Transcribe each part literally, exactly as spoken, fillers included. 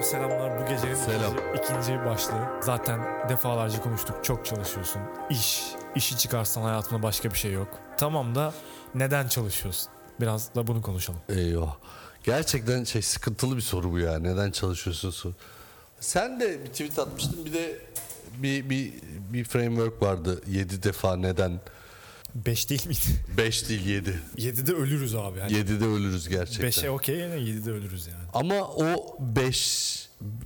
selamlar. Bu gecenin Selam. ikinci, ikinci başlığı. Zaten defalarca konuştuk. Çok çalışıyorsun. İş. İşi çıkarsan hayatında başka bir şey yok. Tamam da neden çalışıyorsun? Biraz da bunu konuşalım. Eyvah. Gerçekten şey sıkıntılı bir soru bu ya. Neden çalışıyorsun? Soru. Sen de bir tweet atmıştın. Bir de bir bir bir framework vardı. yedi defa neden? beş değil miydi? beş değil yedi. yedide ölürüz abi. Yani yedide ölürüz gerçekten. beşe okey, yedide ölürüz yani. Ama o beş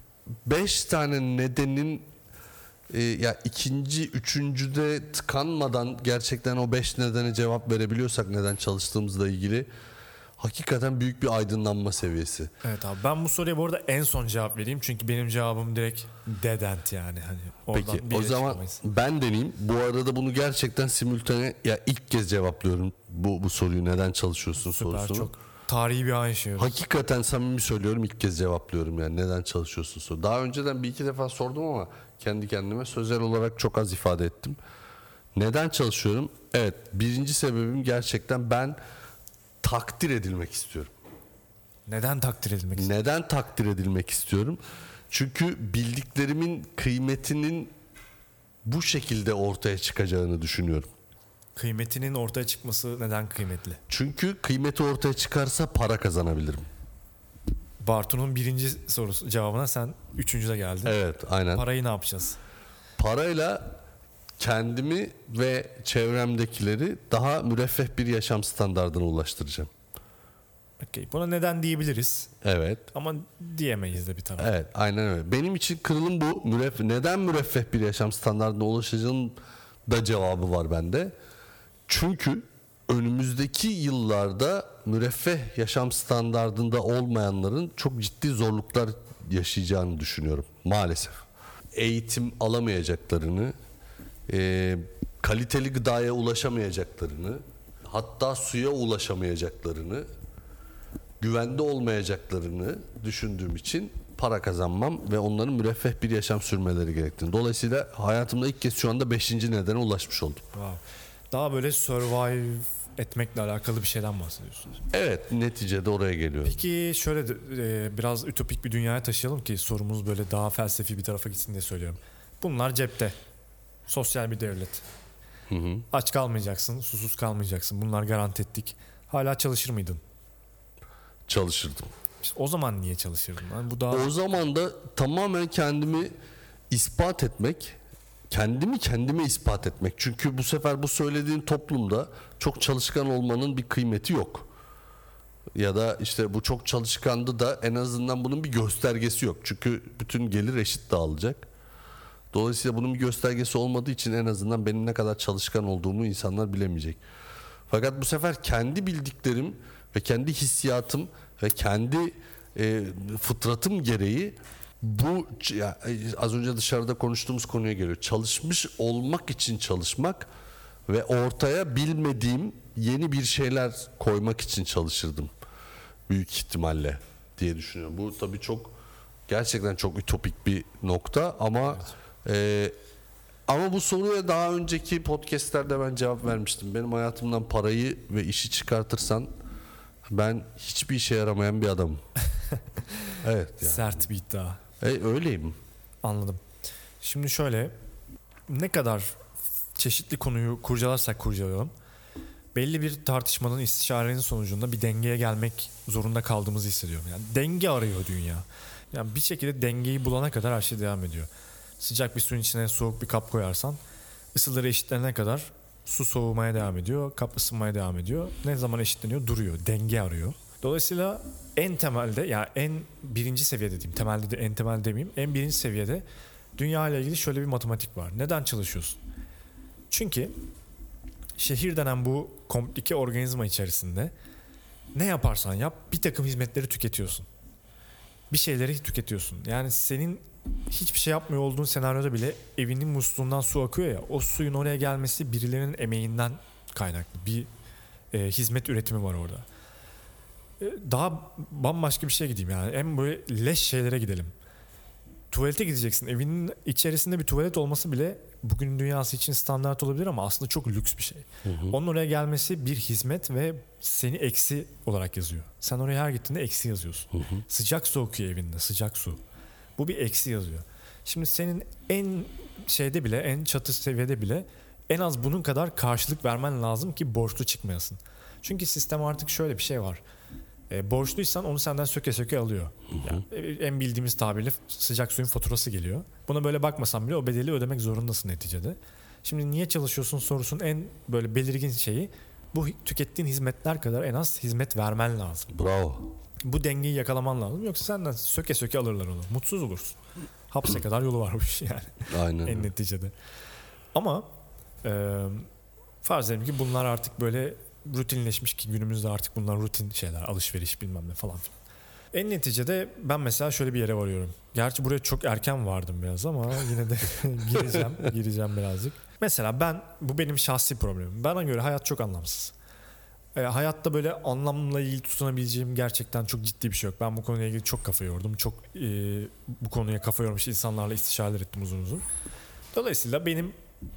beş tane nedenin e, ya ikinci, üçüncüde tıkanmadan gerçekten o beş nedene cevap verebiliyorsak neden çalıştığımızla ilgili hakikaten büyük bir aydınlanma seviyesi. Evet abi, ben bu soruya bu arada en son cevap vereyim. Çünkü benim cevabım direkt dead end yani. Hani oradan Peki bir o yere zaman çıkamayız. ben deneyeyim. Bu arada bunu gerçekten simultane ya ilk kez cevaplıyorum bu bu soruyu, neden çalışıyorsun Süper, sorusunu. çok tarihi bir an yaşıyoruz. Hakikaten samimi söylüyorum, ilk kez cevaplıyorum yani neden çalışıyorsun soru. Daha önceden bir iki defa sordum ama kendi kendime sözel olarak çok az ifade ettim. Neden çalışıyorum? Evet, birinci sebebim gerçekten ben takdir edilmek istiyorum. Neden takdir edilmek istiyorsun? Neden takdir edilmek istiyorum? Çünkü bildiklerimin kıymetinin bu şekilde ortaya çıkacağını düşünüyorum. Kıymetinin ortaya çıkması neden kıymetli? Çünkü kıymeti ortaya çıkarsa para kazanabilirim. Bartu'nun birinci sorusu cevabına sen üçüncüde geldin. Evet, aynen. Parayı ne yapacağız? Parayla kendimi ve çevremdekileri daha müreffeh bir yaşam standardına ulaştıracağım. Okay. Buna neden diyebiliriz. Evet. Ama diyemeyiz de bir taraf. Evet, aynen öyle. Benim için kırılım bu. Müreffeh, neden müreffeh bir yaşam standardına ulaşacağım da cevabı var bende. Çünkü önümüzdeki yıllarda müreffeh yaşam standardında olmayanların çok ciddi zorluklar yaşayacağını düşünüyorum maalesef. Eğitim alamayacaklarını, e, kaliteli gıdaya ulaşamayacaklarını, hatta suya ulaşamayacaklarını, güvende olmayacaklarını düşündüğüm için para kazanmam ve onların müreffeh bir yaşam sürmeleri gerektiğini. Dolayısıyla hayatımda ilk kez şu anda beşinci nedene ulaşmış oldum. Wow. Daha böyle survive etmekle alakalı bir şeyden bahsediyorsunuz. Evet, neticede oraya geliyorum. Peki şöyle de, e, biraz ütopik bir dünyaya taşıyalım ki sorumuz böyle daha felsefi bir tarafa gitsin diye söylüyorum. Bunlar cepte. Sosyal bir devlet. Hı hı. Aç kalmayacaksın, susuz kalmayacaksın. Bunlar garanti ettik. Hala çalışır mıydın? Çalışırdım. İşte o zaman niye çalışırdın? Yani bu daha... O zaman da tamamen kendimi ispat etmek, kendimi kendime ispat etmek. Çünkü bu sefer bu söylediğin toplumda çok çalışkan olmanın bir kıymeti yok. Ya da işte bu çok çalışkandı da en azından bunun bir göstergesi yok. Çünkü bütün gelir eşit dağılacak. Dolayısıyla bunun bir göstergesi olmadığı için en azından benim ne kadar çalışkan olduğumu insanlar bilemeyecek. Fakat bu sefer kendi bildiklerim ve kendi hissiyatım ve kendi e, fıtratım gereği bu ya, az önce dışarıda konuştuğumuz konuya geliyor. Çalışmış olmak için çalışmak ve ortaya bilmediğim yeni bir şeyler koymak için çalışırdım büyük ihtimalle diye düşünüyorum. Bu tabii çok gerçekten çok ütopik bir nokta ama evet. e, ama bu soruya daha önceki podcastlerde ben cevap vermiştim. Benim hayatımdan parayı ve işi çıkartırsan ben hiçbir işe yaramayan bir adamım. Evet. Yani. Sert bir iddia. E, öyleyim. Anladım. Şimdi şöyle, ne kadar çeşitli konuyu kurcalarsak kurcalayalım, belli bir tartışmanın, istişarenin sonucunda bir dengeye gelmek zorunda kaldığımızı hissediyorum. Yani denge arıyor dünya. Yani bir şekilde dengeyi bulana kadar her şey devam ediyor. Sıcak bir suyun içine soğuk bir kap koyarsan ısıları eşitlenene kadar su soğumaya devam ediyor, kap ısınmaya devam ediyor. Ne zaman eşitleniyor? Duruyor. Denge arıyor. Dolayısıyla en temelde, yani en birinci seviyede diyeyim, temelde de en temel demeyeyim, en birinci seviyede dünya ile ilgili şöyle bir matematik var. Neden çalışıyorsun? Çünkü şehir denen bu komplike organizma içerisinde ne yaparsan yap bir takım hizmetleri tüketiyorsun. Bir şeyleri tüketiyorsun. Yani senin hiçbir şey yapmıyor olduğun senaryoda bile evinin musluğundan su akıyor ya, o suyun oraya gelmesi birilerinin emeğinden kaynaklı bir e, hizmet üretimi var orada. E, daha bambaşka bir şeye gideyim yani. En böyle leş şeylere gidelim. Tuvalete gideceksin. Evinin içerisinde bir tuvalet olması bile bugün dünyası için standart olabilir ama aslında çok lüks bir şey. Hı hı. Onun oraya gelmesi bir hizmet ve seni eksi olarak yazıyor. Sen oraya her gittiğinde eksi yazıyorsun. Hı hı. Sıcak su akıyor evinde, sıcak su. Bu bir eksi yazıyor. Şimdi senin en şeyde bile, en çatı seviyede bile en az bunun kadar karşılık vermen lazım ki borçlu çıkmayasın. Çünkü sistem artık şöyle bir şey var. E, borçluysan onu senden söke söke alıyor. Yani, en bildiğimiz tabirle sıcak suyun faturası geliyor. Buna böyle bakmasan bile o bedeli ödemek zorundasın neticede. Şimdi niye çalışıyorsun sorusunun en böyle belirgin şeyi, bu tükettiğin hizmetler kadar en az hizmet vermen lazım. Bravo. Bu dengeyi yakalaman lazım. Yoksa senden söke söke alırlar onu. Mutsuz olursun. Hapse kadar yolu varmış yani. Aynen. En neticede. Ama e, farz edelim ki bunlar artık böyle rutinleşmiş, ki günümüzde artık bunlar rutin şeyler, alışveriş bilmem ne falan filan. En neticede ben mesela şöyle bir yere varıyorum. Gerçi buraya çok erken vardım biraz ama yine de gireceğim, gireceğim birazcık. Mesela ben, bu benim şahsi problemim. Bana göre hayat çok anlamsız. E, hayatta böyle anlamla ilgili tutunabileceğim gerçekten çok ciddi bir şey yok. Ben bu konuyla ilgili çok kafa yordum. Çok e, bu konuya kafa yormuş insanlarla istişareler ettim uzun uzun. Dolayısıyla benim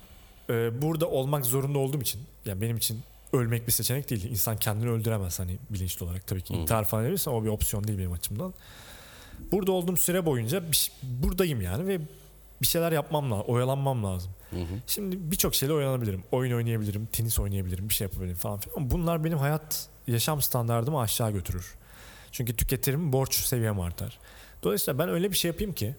e, burada olmak zorunda olduğum için, yani benim için ölmek bir seçenek değil. İnsan kendini öldüremez hani bilinçli olarak. Tabii ki intihar falan edebilirsen o bir opsiyon değil benim açımdan. Burada olduğum süre boyunca bir, buradayım yani ve bir şeyler yapmam lazım, oyalanmam lazım. Hı hı. Şimdi birçok şeyle oyalanabilirim. Oyun oynayabilirim, tenis oynayabilirim, bir şey yapabilirim falan filan. Ama bunlar benim hayat, yaşam standardımı aşağı götürür. Çünkü tüketirim, borç seviyem artar. Dolayısıyla ben öyle bir şey yapayım ki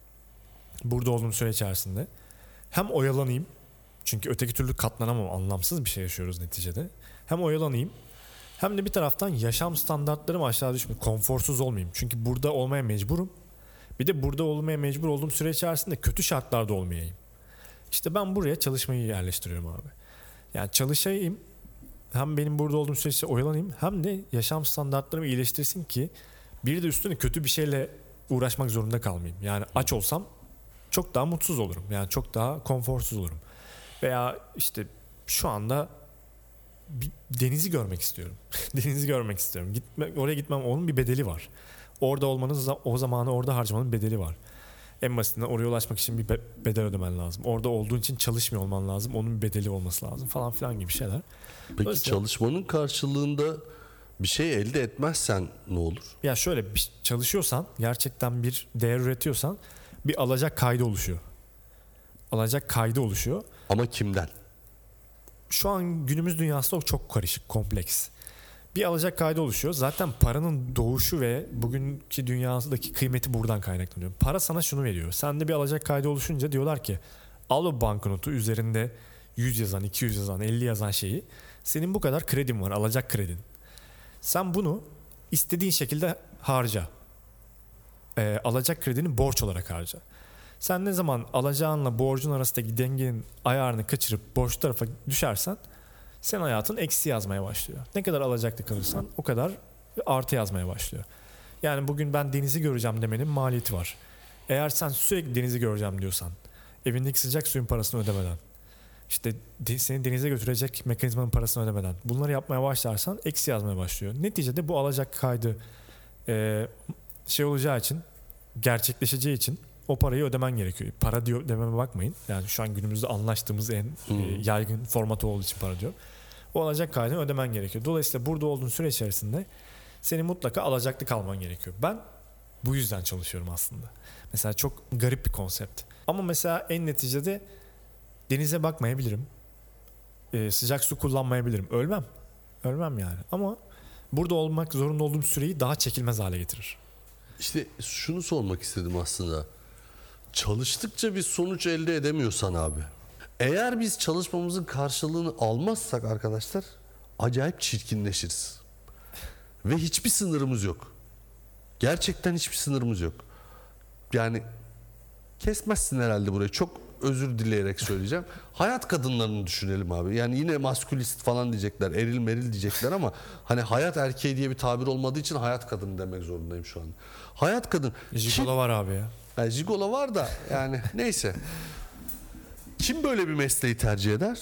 burada olduğum süre içerisinde hem oyalanayım, çünkü öteki türlü katlanamam, anlamsız bir şey yaşıyoruz neticede. Hem oyalanayım hem de bir taraftan yaşam standartlarım aşağı düşmeyeyim, konforsuz olmayayım. Çünkü burada olmaya mecburum. Bir de burada olmaya mecbur olduğum süre içerisinde kötü şartlarda olmayayım. İşte ben buraya çalışmayı yerleştiriyorum abi. Yani çalışayım, hem benim burada olduğum süreçte oyalanayım, hem de yaşam standartlarımı iyileştirsin ki bir de üstüne kötü bir şeyle uğraşmak zorunda kalmayayım. Yani aç olsam çok daha mutsuz olurum. Yani çok daha konforsuz olurum. Veya işte şu anda bir denizi görmek istiyorum. Denizi görmek istiyorum. Gitme, oraya gitmem, onun bir bedeli var. Orada olmanın, o zamanı orada harcamanın bedeli var. En basitinden oraya ulaşmak için bir bedel ödemen lazım. Orada olduğun için çalışmıyor olman lazım. Onun bir bedeli olması lazım falan filan gibi şeyler. Peki çalışmanın karşılığında bir şey elde etmezsen ne olur? Ya şöyle, bir çalışıyorsan, gerçekten bir değer üretiyorsan bir alacak kaydı oluşuyor. Alacak kaydı oluşuyor. Ama kimden? Şu an günümüz dünyasında o çok karışık, kompleks. Bir alacak kaydı oluşuyor. Zaten paranın doğuşu ve bugünkü dünyadaki kıymeti buradan kaynaklanıyor. Para sana şunu veriyor. Sende bir alacak kaydı oluşunca diyorlar ki al o banknotu, üzerinde yüz yazan, iki yüz yazan, elli yazan şeyi. Senin bu kadar kredin var, alacak kredin. Sen bunu istediğin şekilde harca. Ee, alacak kredini borç olarak harca. Sen ne zaman alacağınla borcun arasındaki dengenin ayarını kaçırıp borç tarafa düşersen senin hayatın eksi yazmaya başlıyor. Ne kadar alacaklı kalırsan o kadar artı yazmaya başlıyor. Yani bugün ben denizi göreceğim demenin maliyeti var. Eğer sen sürekli denizi göreceğim diyorsan, evindeki sıcak suyun parasını ödemeden, işte seni denize götürecek mekanizmanın parasını ödemeden bunları yapmaya başlarsan eksi yazmaya başlıyor. Neticede bu alacak kaydı e, şey olacağı için, gerçekleşeceği için o parayı ödemen gerekiyor. Para diyor dememe bakmayın. Yani şu an günümüzde anlaştığımız en hmm. e, yaygın formatı olduğu için para diyor. O alacak kaydını ödemen gerekiyor. Dolayısıyla burada olduğun süre içerisinde senin mutlaka alacaklı kalman gerekiyor. Ben bu yüzden çalışıyorum aslında. Mesela çok garip bir konsept. Ama mesela en neticede denize bakmayabilirim. Ee, sıcak su kullanmayabilirim. Ölmem. Ölmem yani. Ama burada olmak zorunda olduğum süreyi daha çekilmez hale getirir. İşte şunu sormak istedim aslında. Çalıştıkça bir sonuç elde edemiyorsan abi. Eğer biz çalışmamızın karşılığını almazsak arkadaşlar acayip çirkinleşiriz. Ve hiçbir sınırımız yok. Gerçekten hiçbir sınırımız yok. Yani kesmezsin herhalde burayı. Çok özür dileyerek söyleyeceğim. Hayat kadınlarını düşünelim abi. Yani yine maskülist falan diyecekler. Eril meril diyecekler ama hani hayat erkeği diye bir tabir olmadığı için hayat kadını demek zorundayım şu an. Hayat kadın. Jigolo var abi ya. Yani jigolo var da yani neyse. Kim böyle bir mesleği tercih eder?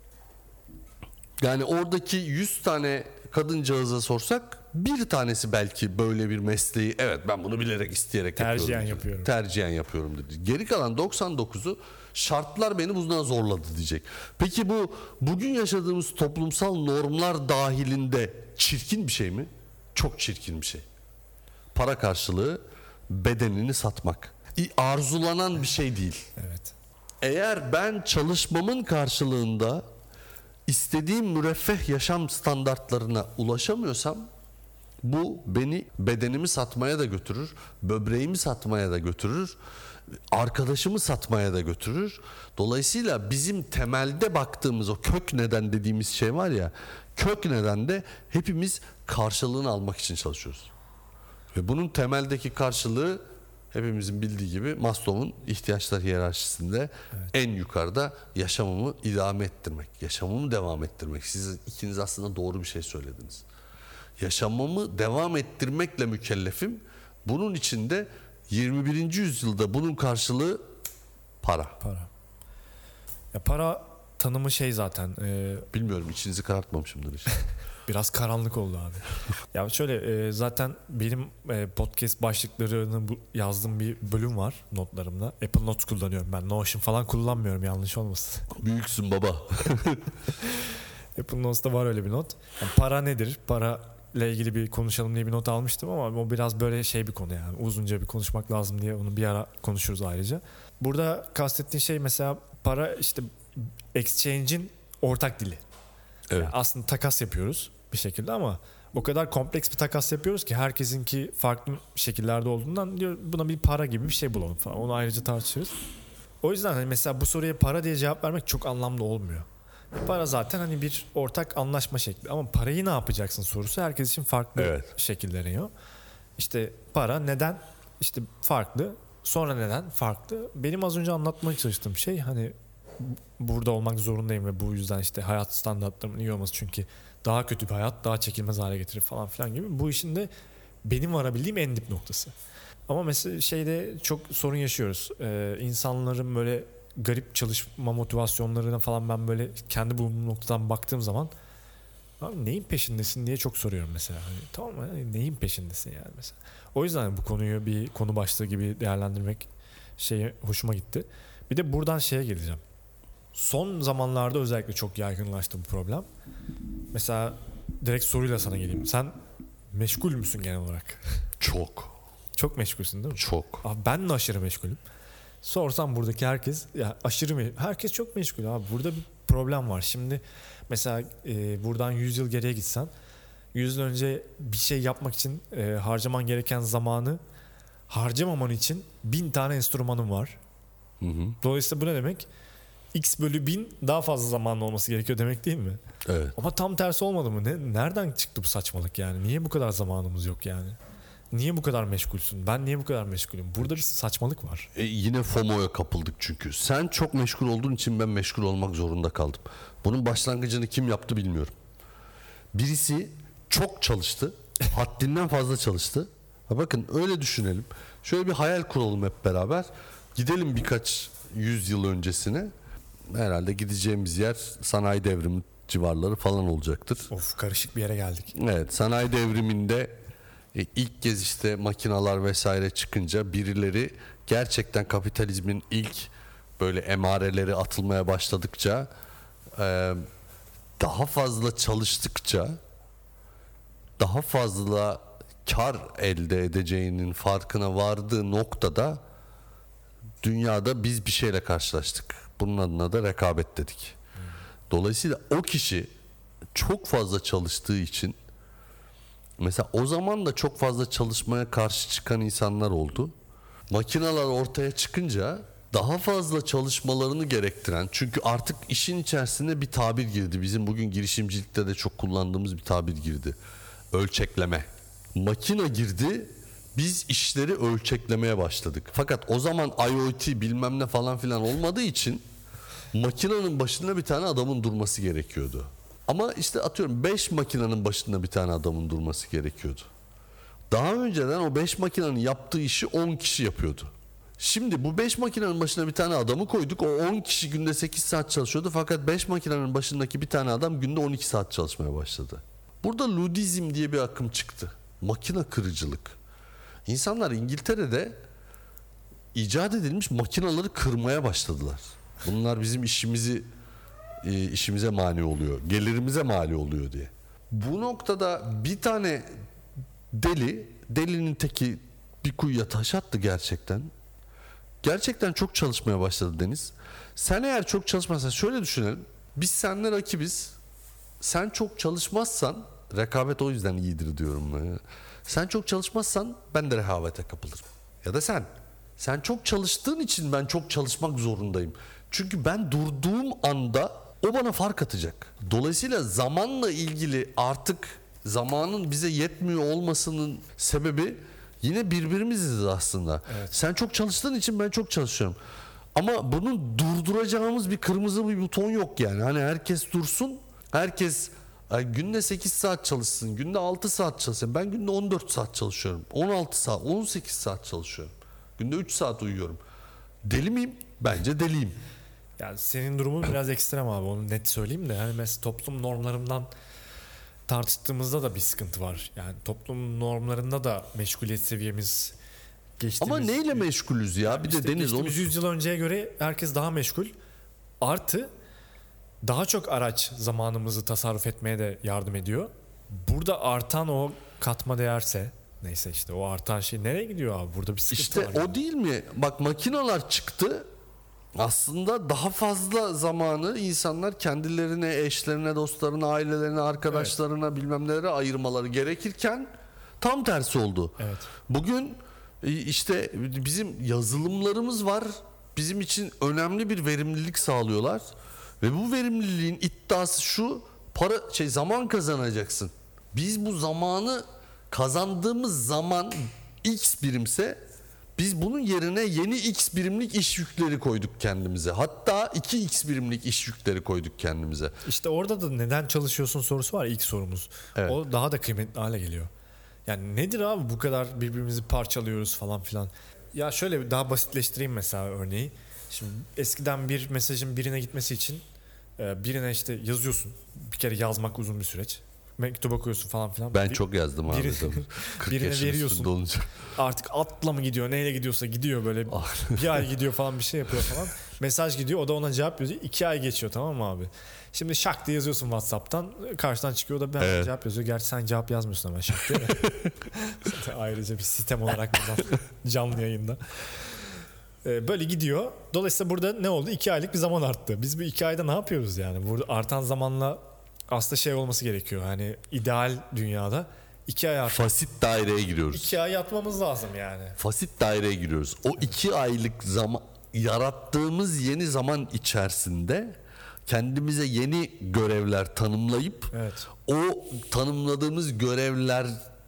Yani oradaki yüz tane kadıncağıza sorsak bir tanesi belki böyle bir mesleği evet ben bunu bilerek isteyerek tercihen yapıyorum. yapıyorum. Tercihen yapıyorum dedi. Geri kalan doksan dokuzu şartlar beni bundan zorladı diyecek. Peki bu bugün yaşadığımız toplumsal normlar dahilinde çirkin bir şey mi? Çok çirkin bir şey. Para karşılığı bedenini satmak. arzulanan bir şey değil. Evet. Eğer ben çalışmamın karşılığında istediğim müreffeh yaşam standartlarına ulaşamıyorsam bu beni bedenimi satmaya da götürür, böbreğimi satmaya da götürür, arkadaşımı satmaya da götürür. Dolayısıyla bizim temelde baktığımız o kök neden dediğimiz şey var ya, kök neden de hepimiz karşılığını almak için çalışıyoruz. Ve bunun temeldeki karşılığı hepimizin bildiği gibi Maslow'un ihtiyaçlar hiyerarşisinde evet. en yukarıda yaşamımı idame ettirmek, yaşamımı devam ettirmek. Siz ikiniz aslında doğru bir şey söylediniz. Yaşamımı devam ettirmekle mükellefim. Bunun için de yirmi birinci yüzyılda bunun karşılığı para. Para. Ya para tanımı şey zaten. E, Bilmiyorum, içinizi karartmamışımdır işte. Biraz karanlık oldu abi. Ya şöyle e, zaten benim e, podcast başlıklarını bu, yazdığım bir bölüm var notlarımda. Apple Notes kullanıyorum ben. Notion falan kullanmıyorum, yanlış olmasın. Büyüksün baba. Apple Notes'ta var öyle bir not. Yani para nedir? Para ile ilgili bir konuşalım diye bir not almıştım ama o biraz böyle şey bir konu yani. Uzunca bir konuşmak lazım diye onu bir ara konuşuruz ayrıca. Burada kastettiğin şey mesela para işte exchange'in ortak dili. Evet. Yani aslında takas yapıyoruz bir şekilde ama o kadar kompleks bir takas yapıyoruz ki herkesinki farklı şekillerde olduğundan diyor buna bir para gibi bir şey bulalım falan. Onu ayrıca tartışırız. O yüzden hani mesela bu soruya para diye cevap vermek çok anlamlı olmuyor. Para zaten hani bir ortak anlaşma şekli ama parayı ne yapacaksın sorusu herkes için farklı evet. şekilleniyor. İşte para neden işte farklı, sonra neden farklı. Benim az önce anlatmaya çalıştığım şey hani burada olmak zorundayım ve bu yüzden işte hayat standartlarımın iyi olması çünkü daha kötü bir hayat daha çekilmez hale getirir falan filan gibi. Bu işin de benim varabildiğim en dip noktası. Ama mesela şeyde çok sorun yaşıyoruz. Ee, insanların böyle garip çalışma motivasyonlarına falan ben böyle kendi bulunduğum noktadan baktığım zaman abi neyin peşindesin diye çok soruyorum mesela. Hani, tamam mı? Yani neyin peşindesin yani mesela. O yüzden bu konuyu bir konu başlığı gibi değerlendirmek şey hoşuma gitti. Bir de buradan şeye geleceğim. Son zamanlarda özellikle çok yaygınlaştı bu problem. Mesela direkt soruyla sana geleyim. Sen meşgul müsün genel olarak? Çok. Çok meşgulsün değil mi? Çok. Abi ben de aşırı meşgulüm. Sorsam buradaki herkes ya aşırı me- herkes çok meşgul abi. Burada bir problem var. Şimdi mesela e, buradan yüz yıl geriye gitsen yüz yıl önce bir şey yapmak için e, harcaman gereken zamanı harcamaman için bin tane enstrümanın var. Hı hı. Dolayısıyla bu ne demek? X bölü bin daha fazla zamanın olması gerekiyor demek değil mi? Evet. Ama tam tersi olmadı mı? Ne, nereden çıktı bu saçmalık yani? Niye bu kadar zamanımız yok yani? Niye bu kadar meşgulsün? Ben niye bu kadar meşgulüm? Burada bir saçmalık var. E yine FOMO'ya kapıldık çünkü. Sen çok meşgul olduğun için ben meşgul olmak zorunda kaldım. Bunun başlangıcını kim yaptı bilmiyorum. Birisi çok çalıştı. Haddinden fazla çalıştı. Ha bakın öyle düşünelim. Şöyle bir hayal kuralım hep beraber. Gidelim birkaç yüz yıl öncesine. Herhalde gideceğimiz yer sanayi devrimi civarları falan olacaktır. Of, karışık bir yere geldik. Evet, sanayi devriminde e, ilk kez işte makinalar vesaire çıkınca birileri gerçekten kapitalizmin ilk böyle emareleri atılmaya başladıkça e, daha fazla çalıştıkça daha fazla kar elde edeceğinin farkına vardığı noktada dünyada biz bir şeyle karşılaştık. Bunun adına da rekabet dedik. Dolayısıyla o kişi çok fazla çalıştığı için mesela o zaman da çok fazla çalışmaya karşı çıkan insanlar oldu. Makineler ortaya çıkınca daha fazla çalışmalarını gerektiren, çünkü artık işin içerisine bir tabir girdi. Bizim bugün girişimcilikte de çok kullandığımız bir tabir girdi. Ölçekleme. Makine girdi. Biz işleri ölçeklemeye başladık. Fakat o zaman IoT bilmem ne falan filan olmadığı için makinenin başında bir tane adamın durması gerekiyordu. Ama işte atıyorum beş makinenin başında bir tane adamın durması gerekiyordu. Daha önceden o beş makinenin yaptığı işi on kişi yapıyordu. Şimdi bu beş makinenin başına bir tane adamı koyduk. O on kişi günde sekiz saat çalışıyordu. Fakat beş makinenin başındaki bir tane adam günde on iki saat çalışmaya başladı. Burada Ludizm diye bir akım çıktı. Makine kırıcılık. İnsanlar İngiltere'de icat edilmiş makineleri kırmaya başladılar. Bunlar bizim işimizi işimize mani oluyor, gelirimize mani oluyor diye. Bu noktada bir tane deli, delinin teki bir kuyuya taş attı gerçekten. gerçekten çok çalışmaya başladı Deniz. Sen eğer çok çalışmazsan şöyle düşünelim. Biz seninle rakibiz. Sen çok çalışmazsan, rekabet o yüzden iyidir diyorum ben. Sen çok çalışmazsan ben de rehavete kapılırım. Ya da sen. Sen çok çalıştığın için ben çok çalışmak zorundayım. Çünkü ben durduğum anda o bana fark atacak. Dolayısıyla zamanla ilgili artık zamanın bize yetmiyor olmasının sebebi yine birbirimiziz aslında. Evet. Sen çok çalıştığın için ben çok çalışıyorum. Ama bunu durduracağımız bir kırmızı bir buton yok yani. Hani herkes dursun, herkes ay, günde sekiz saat çalışsın, günde altı saat çalışsın. Ben günde on dört saat çalışıyorum. on altı saat, on sekiz saat çalışıyorum. Günde üç saat uyuyorum. Deli miyim? Bence deliyim. Yani senin durumun biraz ekstrem abi, onu net söyleyeyim de. Yani mesela toplum normlarından tartıştığımızda da bir sıkıntı var. Yani toplum normlarında da meşguliyet seviyemiz geçtiğimiz... Ama neyle meşgulüz ya? Yani bir işte de Deniz onu... yüz yıl önceye göre herkes daha meşgul. Artı daha çok araç zamanımızı tasarruf etmeye de yardım ediyor. Burada artan o katma değerse, neyse işte o artan şey nereye gidiyor abi? Burada bir sıkıntı işte var. İşte o yani. değil mi? Bak makineler çıktı. Aslında daha fazla zamanı insanlar kendilerine, eşlerine, dostlarına, ailelerine, arkadaşlarına, evet, bilmem nelere ayırmaları gerekirken tam tersi oldu. Evet. Bugün işte bizim yazılımlarımız var. Bizim için önemli bir verimlilik sağlıyorlar. Ve bu verimliliğin iddiası şu: para şey zaman kazanacaksın. Biz bu zamanı kazandığımız zaman X birimse biz bunun yerine yeni X birimlik iş yükleri koyduk kendimize. Hatta iki X birimlik iş yükleri koyduk kendimize. İşte orada da neden çalışıyorsun sorusu var, ilk sorumuz. Evet. O daha da kıymetli hale geliyor. Yani nedir abi bu kadar birbirimizi parçalıyoruz falan filan. Ya şöyle daha basitleştireyim mesela örneği. Şimdi eskiden bir mesajın birine gitmesi için birine işte yazıyorsun. Bir kere yazmak uzun bir süreç. Mektup okuyorsun falan filan. Ben bir, çok yazdım abi. Birine veriyorsun. Artık atla mı gidiyor, neyle gidiyorsa gidiyor böyle. Bir ay gidiyor falan, bir şey yapıyor falan. Mesaj gidiyor, o da ona cevap yazıyor. İki ay geçiyor, tamam mı abi? Şimdi şak diye yazıyorsun WhatsApp'tan. Karşıdan çıkıyor, o da ben evet. cevap yazıyor. Gerçi sen cevap yazmıyorsun ama şak diye. Ayrıca bir sistem olarak canlı yayında. Böyle gidiyor. Dolayısıyla burada ne oldu? İki aylık bir zaman arttı. Biz bu iki ayda ne yapıyoruz yani? Burada artan zamanla aslında şey olması gerekiyor. Hani ideal dünyada iki ay artık. Fasit daireye giriyoruz. İki ay yatmamız lazım yani. Fasit daireye giriyoruz. O iki aylık zaman, yarattığımız yeni zaman içerisinde kendimize yeni görevler tanımlayıp evet. o tanımladığımız görevler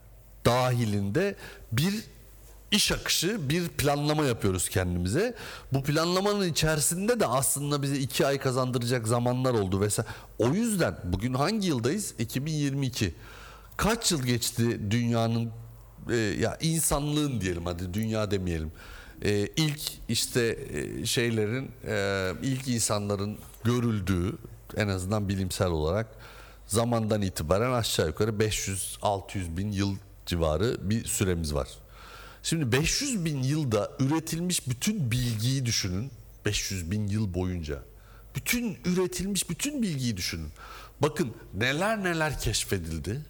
dahilinde bir iş akışı, bir planlama yapıyoruz kendimize. Bu planlamanın içerisinde de aslında bize iki ay kazandıracak zamanlar oldu vesaire. O yüzden bugün hangi yıldayız? iki bin yirmi iki. Kaç yıl geçti dünyanın e, ya insanlığın diyelim, hadi dünya demeyelim. E, ilk işte e, şeylerin e, ilk insanların görüldüğü, en azından bilimsel olarak zamandan itibaren aşağı yukarı beş yüz altı yüz bin yıl civarı bir süremiz var. Şimdi beş yüz bin yılda üretilmiş bütün bilgiyi düşünün. beş yüz bin yıl boyunca. Bütün üretilmiş bütün bilgiyi düşünün. Bakın neler neler keşfedildi.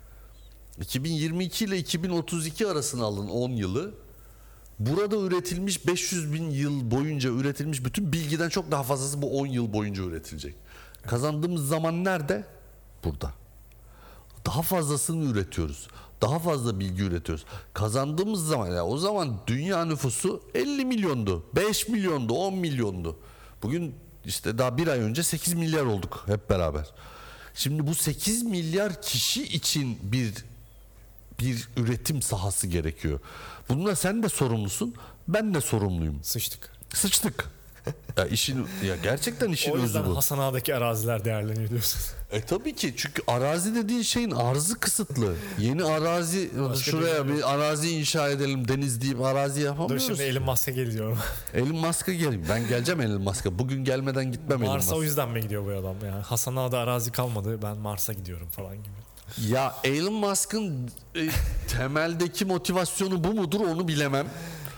iki bin yirmi iki ile iki bin otuz iki arasına alın on yılı. Burada üretilmiş beş yüz bin yıl boyunca üretilmiş bütün bilgiden çok daha fazlası bu on yıl boyunca üretilecek. Kazandığımız zaman nerede? Burada. Daha fazlasını üretiyoruz. Daha fazla bilgi üretiyoruz. Kazandığımız zaman ya o zaman dünya nüfusu elli milyondu, beş milyondu, on milyondu. Bugün işte daha bir ay önce sekiz milyar olduk hep beraber. Şimdi bu sekiz milyar kişi için bir bir üretim sahası gerekiyor. Bununla sen de sorumlusun, ben de sorumluyum. Sıçtık. Sıçtık. Ya işin ya gerçekten işin özü bu. O yüzden Hasan Ağa'daki araziler değerleniyor diyorsun. E tabii ki, çünkü arazi dediğin şeyin arzı kısıtlı. Yeni arazi, başka şuraya bir, bir arazi inşa edelim deniz deyip arazi yapamıyoruz. Dur şimdi Elon Musk'a geliyorum. Elon Musk'a gel. Ben geleceğim Elon Musk'a. Bugün gelmeden gitmem Elon Musk. Mars'a o yüzden mi gidiyor bu adam? Yani Hasan Ağa'da arazi kalmadı, ben Mars'a gidiyorum falan gibi. Ya Elon Musk'ın e, temeldeki motivasyonu bu mudur onu bilemem.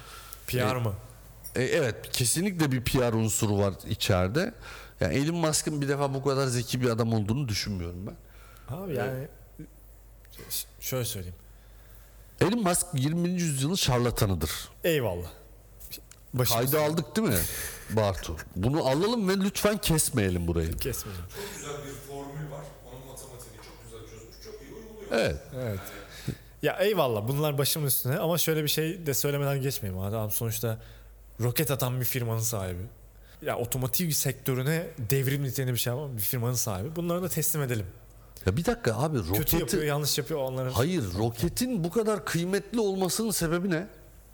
P R e, mı? E, evet, kesinlikle bir P R unsuru var içeride. Yani Elon Musk'ın bir defa bu kadar zeki bir adam olduğunu düşünmüyorum ben. Abi yani evet. Şöyle söyleyeyim. Elon Musk yirminci yüzyılın şarlatanıdır. Eyvallah. Başımız Kaydı aldık değil mi Bartu? Bunu alalım ve lütfen kesmeyelim burayı. kesmeyeceğim. Çok güzel bir formül var. Onun matematiğini çok güzel çözmüş. Çok iyi uyguluyor. Evet. Evet. Ya eyvallah bunlar başımın üstüne ama şöyle bir şey de söylemeden geçmeyeyim. Adam sonuçta roket atan bir firmanın sahibi. Ya otomotiv sektörüne devrim niteliğinde bir şey yapan bir firmanın sahibi. Bunları da teslim edelim. Ya bir dakika abi Kötü yapıyor, roketi... yanlış yapıyor onların. Hayır, roketin bu kadar kıymetli olmasının sebebi ne?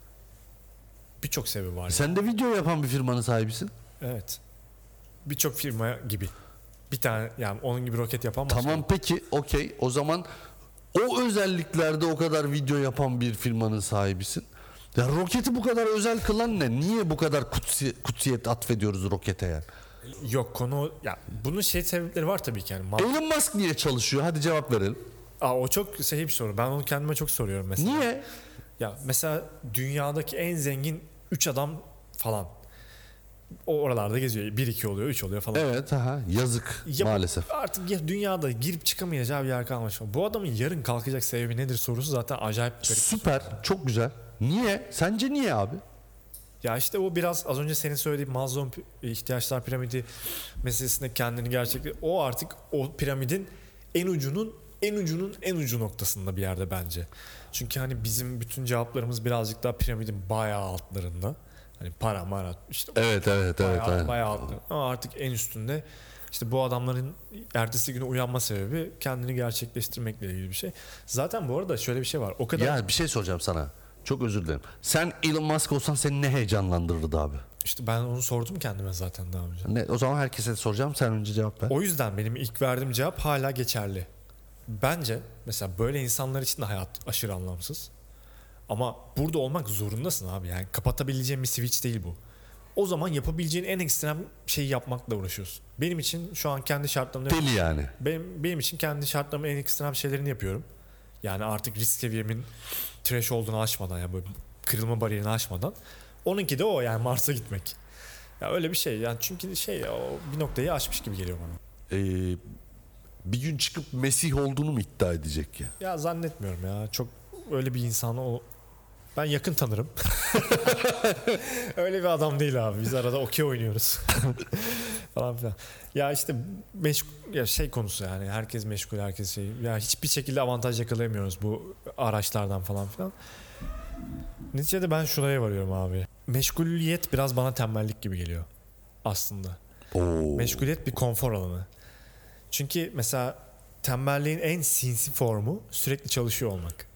Birçok sebebi var. Sen de video yapan bir firmanın sahibisin. Evet. Birçok firma gibi. Bir tane yani onun gibi roket yapan başka. Tamam peki okey o zaman o özelliklerde o kadar video yapan bir firmanın sahibisin. Ya roketi bu kadar özel kılan ne? Niye bu kadar kutsi, kutsiyet atfediyoruz rokete yani? Yok konu ya bunun şey sebepleri var tabii ki yani. Mal- Elon Musk niye çalışıyor? Hadi cevap verelim. Aa, o çok şey bir soru. Ben onu kendime çok soruyorum mesela. Niye? Ya mesela dünyadaki en zengin üç adam falan. O oralarda geziyor. bir iki oluyor, üç oluyor falan. Evet aha yazık Ya maalesef. Artık ya dünyada girip çıkamayacağı bir yer kalmış. Bu adamın yarın kalkacak sebebi nedir sorusu zaten acayip garip. Süper çok güzel. Niye? Sence niye abi? Ya işte o biraz az önce senin söylediğin Maslow ihtiyaçlar piramidi meselesinde kendini gerçekle o artık o piramidin en ucunun en ucunun en ucu noktasında bir yerde bence. Çünkü hani bizim bütün cevaplarımız birazcık daha piramidin bayağı altlarında. Hani para mara işte Evet evet evet. bayağı, evet. bayağı altlarında. Ama artık en üstünde işte bu adamların ertesi günü uyanma sebebi kendini gerçekleştirmekle ilgili bir şey. Zaten bu arada şöyle bir şey var. O kadar Ya bir şey soracağım sana. Çok özür dilerim. Sen Elon Musk olsan seni ne heyecanlandırırdı abi? işte ben onu sordum kendime zaten daha önce. Ne, o zaman herkese soracağım. Sen önce cevap ver. O yüzden benim ilk verdiğim cevap hala geçerli. Bence mesela böyle insanlar için de hayat aşırı anlamsız. Ama burada olmak zorundasın abi. Yani kapatabileceğin bir switch değil bu. O zaman yapabileceğin en ekstrem şeyi yapmakla uğraşıyorsun. Benim için şu an kendi şartlarımda Deli yani. benim, benim için kendi şartlarımın en ekstrem şeylerini yapıyorum. Yani artık risk seviyemin trash olduğunu aşmadan yani böyle kırılma bariyerini aşmadan. Onunki de o yani Mars'a gitmek. Ya öyle bir şey yani çünkü şey ya, o bir noktayı aşmış gibi geliyor bana. Ee, bir gün çıkıp Mesih olduğunu mu iddia edecek ya? Ya zannetmiyorum ya. Çok öyle bir insanı o ben yakın tanırım. Öyle bir adam değil abi. Biz arada okey oynuyoruz. falan filan. Ya işte meşgul ya şey konusu yani herkes meşgul herkes şey. Ya hiçbir şekilde avantaj yakalayamıyoruz bu araçlardan falan filan. Neticede ben şuraya varıyorum abi. Meşguliyet biraz bana tembellik gibi geliyor aslında. Oo. Meşguliyet bir konfor alanı. Çünkü mesela tembelliğin en sinsi formu sürekli çalışıyor olmak.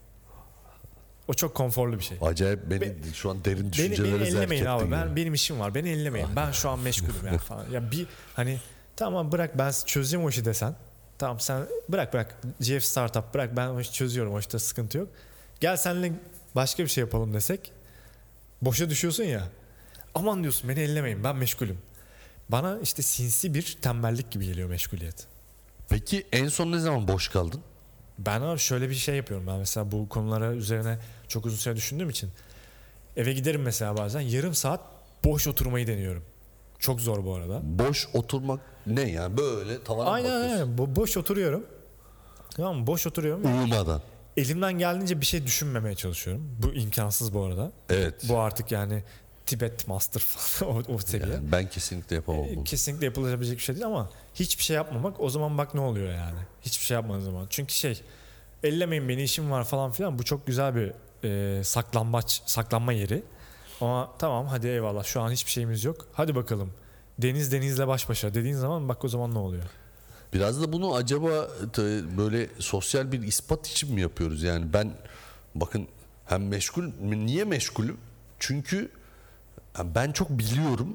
O çok konforlu bir şey. Acayip beni Be- şu an derin Beni, düşüncelere beni zerk ellemeyin ettin abi. Ben ya. benim işim var. Beni ellemeyin. Ben şu an meşgulüm ya falan. Ya bir hani tamam bırak ben çözeceğim o işi desen. Tamam sen bırak bırak G F Startup bırak ben o işi çözüyorum. O işte sıkıntı yok. Gel seninle başka bir şey yapalım desek. Boşa düşüyorsun ya. Aman diyorsun beni ellemeyin ben meşgulüm. Bana işte sinsi bir tembellik gibi geliyor meşguliyet. Peki en son ne zaman boş kaldın? Ben abi şöyle bir şey yapıyorum ben mesela bu konulara üzerine çok uzun süre düşündüğüm için eve giderim mesela bazen yarım saat boş oturmayı deniyorum. Çok zor bu arada. Boş oturmak ne yani böyle tavana mı Aynen bakıyorsun? aynen Bo- boş oturuyorum. Tamam mı? Boş oturuyorum. Uyumadan. Elimden geldiğince bir şey düşünmemeye çalışıyorum. Bu imkansız bu arada. Evet. Bu artık yani Tibet Master falan o, o seviye. Yani ben kesinlikle yapamam bunu. Kesinlikle yapılabilecek bir şey değil ama hiçbir şey yapmamak o zaman bak ne oluyor yani. Hiçbir şey yapmadığın zaman. Çünkü şey ellemeyin beni işim var falan filan bu çok güzel bir e, saklambaç saklanma yeri. Ama tamam hadi eyvallah şu an hiçbir şeyimiz yok. Hadi bakalım deniz denizle baş başa dediğin zaman bak o zaman ne oluyor? Biraz da bunu acaba t- böyle sosyal bir ispat için mi yapıyoruz? Yani ben bakın hem meşgul niye meşgulüm? Çünkü ben çok biliyorum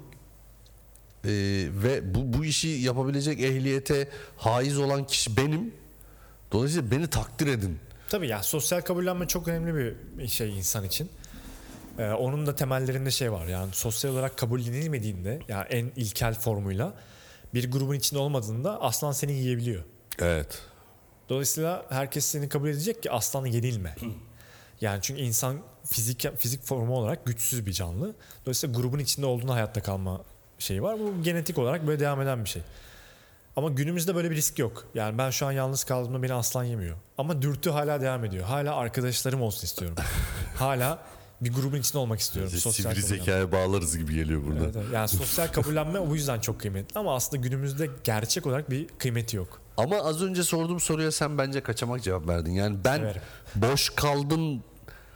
Ee, ve bu, bu işi yapabilecek ehliyete haiz olan kişi benim. Dolayısıyla beni takdir edin. Tabii ya sosyal kabullenme çok önemli bir şey insan için. Ee, onun da temellerinde şey var yani sosyal olarak kabullenilmediğinde yani en ilkel formuyla bir grubun içinde olmadığında aslan seni yiyebiliyor. Evet. Dolayısıyla herkes seni kabul edecek ki aslan yenilme. Yani çünkü insan fizik fizik formu olarak güçsüz bir canlı. Dolayısıyla grubun içinde olduğunda hayatta kalma şeyi var. Bu genetik olarak böyle devam eden bir şey. Ama günümüzde böyle bir risk yok. Yani ben şu an yalnız kaldığımda beni aslan yemiyor. Ama dürtü hala devam ediyor. Hala arkadaşlarım olsun istiyorum. Hala bir grubun içinde olmak istiyorum. Sivri Sosyal kabullenme. zekaya bağlarız gibi geliyor burada. Evet, evet. Yani sosyal kabullenme o yüzden çok kıymetli ama aslında günümüzde gerçek olarak bir kıymeti yok. Ama az önce sorduğum soruya sen bence kaçamak cevap verdin. Yani ben Severim. boş kaldın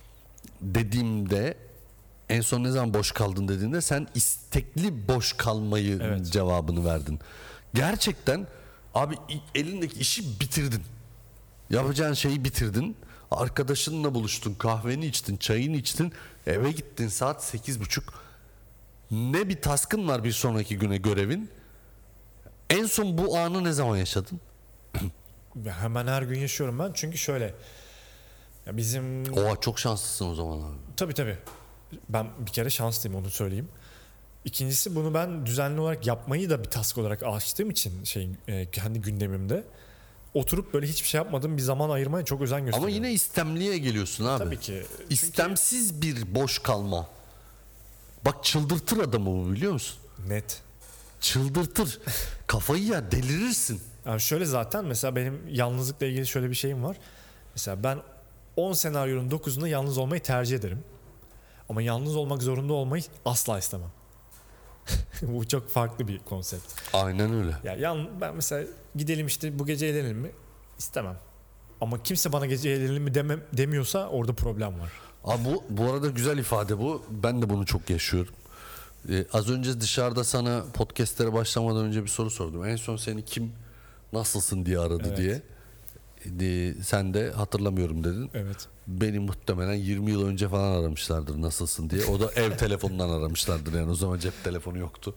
dediğimde, en son ne zaman boş kaldın dediğinde sen istekli boş kalmayı Evet. cevabını verdin. Gerçekten abi elindeki işi bitirdin. Yapacağın şeyi bitirdin. Arkadaşınla buluştun, kahveni içtin, çayını içtin, eve gittin saat sekiz buçuk. Ne bir taskın var bir sonraki güne görevin. En son bu anı ne zaman yaşadın? Ya hemen her gün yaşıyorum ben çünkü şöyle ya bizim Oha çok şanslısın o zaman abi. tabii tabii ben bir kere şanslıyım onu söyleyeyim. İkincisi bunu ben düzenli olarak yapmayı da bir task olarak açtığım için şey e, kendi gündemimde oturup böyle hiçbir şey yapmadığım bir zaman ayırmaya çok özen gösteriyorum. Ama yine istemliye geliyorsun abi. tabii ki. Çünkü İstemsiz bir boş kalma. Bak çıldırtır adamı bu, biliyor musun? net. Çıldırtır. Kafayı yer, delirirsin. Yani şöyle zaten mesela benim yalnızlıkla ilgili şöyle bir şeyim var. Mesela ben on senaryonun dokuzunda yalnız olmayı tercih ederim. Ama yalnız olmak zorunda olmayı asla istemem. Bu çok farklı bir konsept. Aynen öyle. Ya yan, ben mesela gidelim işte bu gece eğlenelim mi? İstemem. Ama kimse bana gece eğlenelim mi demem, demiyorsa orada problem var. Abi bu, bu arada güzel ifade bu. Ben de bunu çok yaşıyorum. Ee, az önce dışarıda sana podcastlere başlamadan önce bir soru sordum. En son seni kim nasılsın diye aradı Evet. diye. Ee, sen de hatırlamıyorum dedin. Evet. Beni muhtemelen yirmi yıl önce falan aramışlardır nasılsın diye. O da ev telefonundan aramışlardır yani, o zaman cep telefonu yoktu.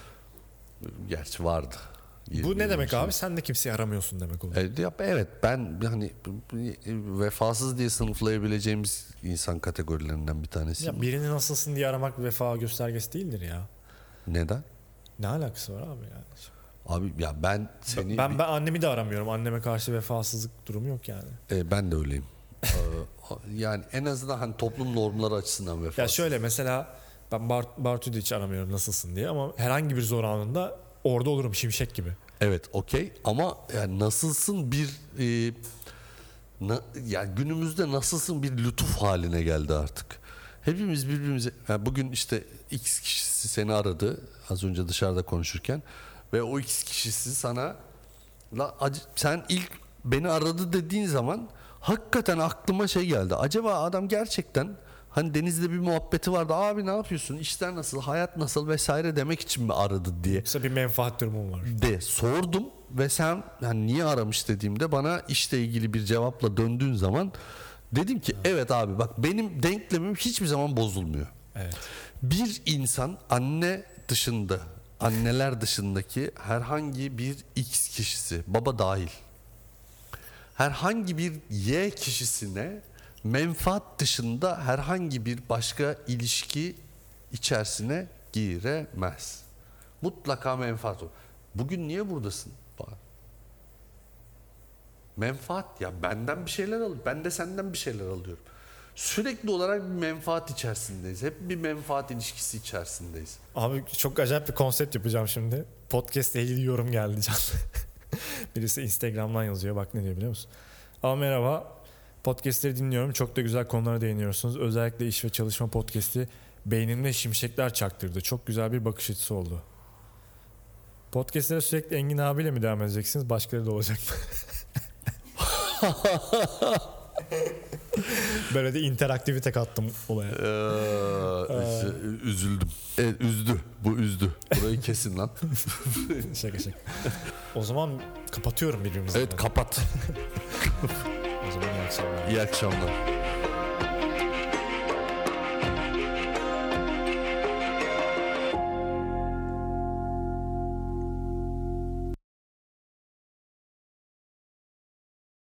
Gerçi vardı. Bu ne demek abi? Sen de kimseyi aramıyorsun demek oluyor. Evet, yap- evet ben hani vefasız diye sınıflayabileceğimiz insan kategorilerinden bir tanesi. Ya birini nasılsın diye aramak bir vefa göstergesi değildir ya. Neden? Ne alakası var abi yani? Abi ya ben seni Ben ben annemi de aramıyorum. Anneme karşı vefasızlık durumu yok yani. E, ben de öyleyim. Ee, yani en azından hani toplum normları açısından vefasız. Ya şöyle mesela ben Bart, Bartu'yu da hiç aramıyorum nasılsın diye ama herhangi bir zor anında orada olurum şimşek gibi. Evet, okey, ama yani nasılsın bir e, na, yani günümüzde nasılsın bir lütuf haline geldi artık. Hepimiz birbirimize yani bugün işte X kişisi seni aradı az önce dışarıda konuşurken ve o X kişisi sana la, ac- sen ilk beni aradı dediğin zaman hakikaten aklıma şey geldi. Acaba adam gerçekten hani Deniz'de bir muhabbeti vardı. Abi ne yapıyorsun? İşler nasıl? Hayat nasıl? Vesaire demek için mi aradı diye. Yoksa bir menfaat durumum var. De sordum ve sen yani niye aramış dediğimde bana işle ilgili bir cevapla döndüğün zaman dedim ki evet abi bak benim denklemim hiçbir zaman bozulmuyor. Evet. Bir insan anne dışında, anneler dışındaki herhangi bir X kişisi, baba dahil, herhangi bir Y kişisine menfaat dışında herhangi bir başka ilişki içerisine giremez. Mutlaka menfaat o. Bugün niye buradasın? Menfaat ya, benden bir şeyler alıyor. Ben de senden bir şeyler alıyorum. Sürekli olarak bir menfaat içerisindeyiz. Hep bir menfaat ilişkisi içerisindeyiz. Abi çok acayip bir konsept yapacağım şimdi. Podcast ile ilgili yorum geldi canlı. Birisi Instagram'dan yazıyor. Bak ne diyor biliyor musun? Ama merhaba. Podcastleri dinliyorum. Çok da güzel konulara değiniyorsunuz. Özellikle iş ve çalışma podcast'i beynimde şimşekler çaktırdı. Çok güzel bir bakış açısı oldu. Podcastlere sürekli Engin abiyle mi devam edeceksiniz? Başkaları da olacak mı? Böyle de interaktivite kattım olaya. Ee, üzüldüm. Evet, üzdü. Bu üzdü. Burayı kesin lan. Şaka şaka. O zaman kapatıyorum birbirimizi. Evet, kapat. O zaman iyi akşamlar. İyi akşamlar.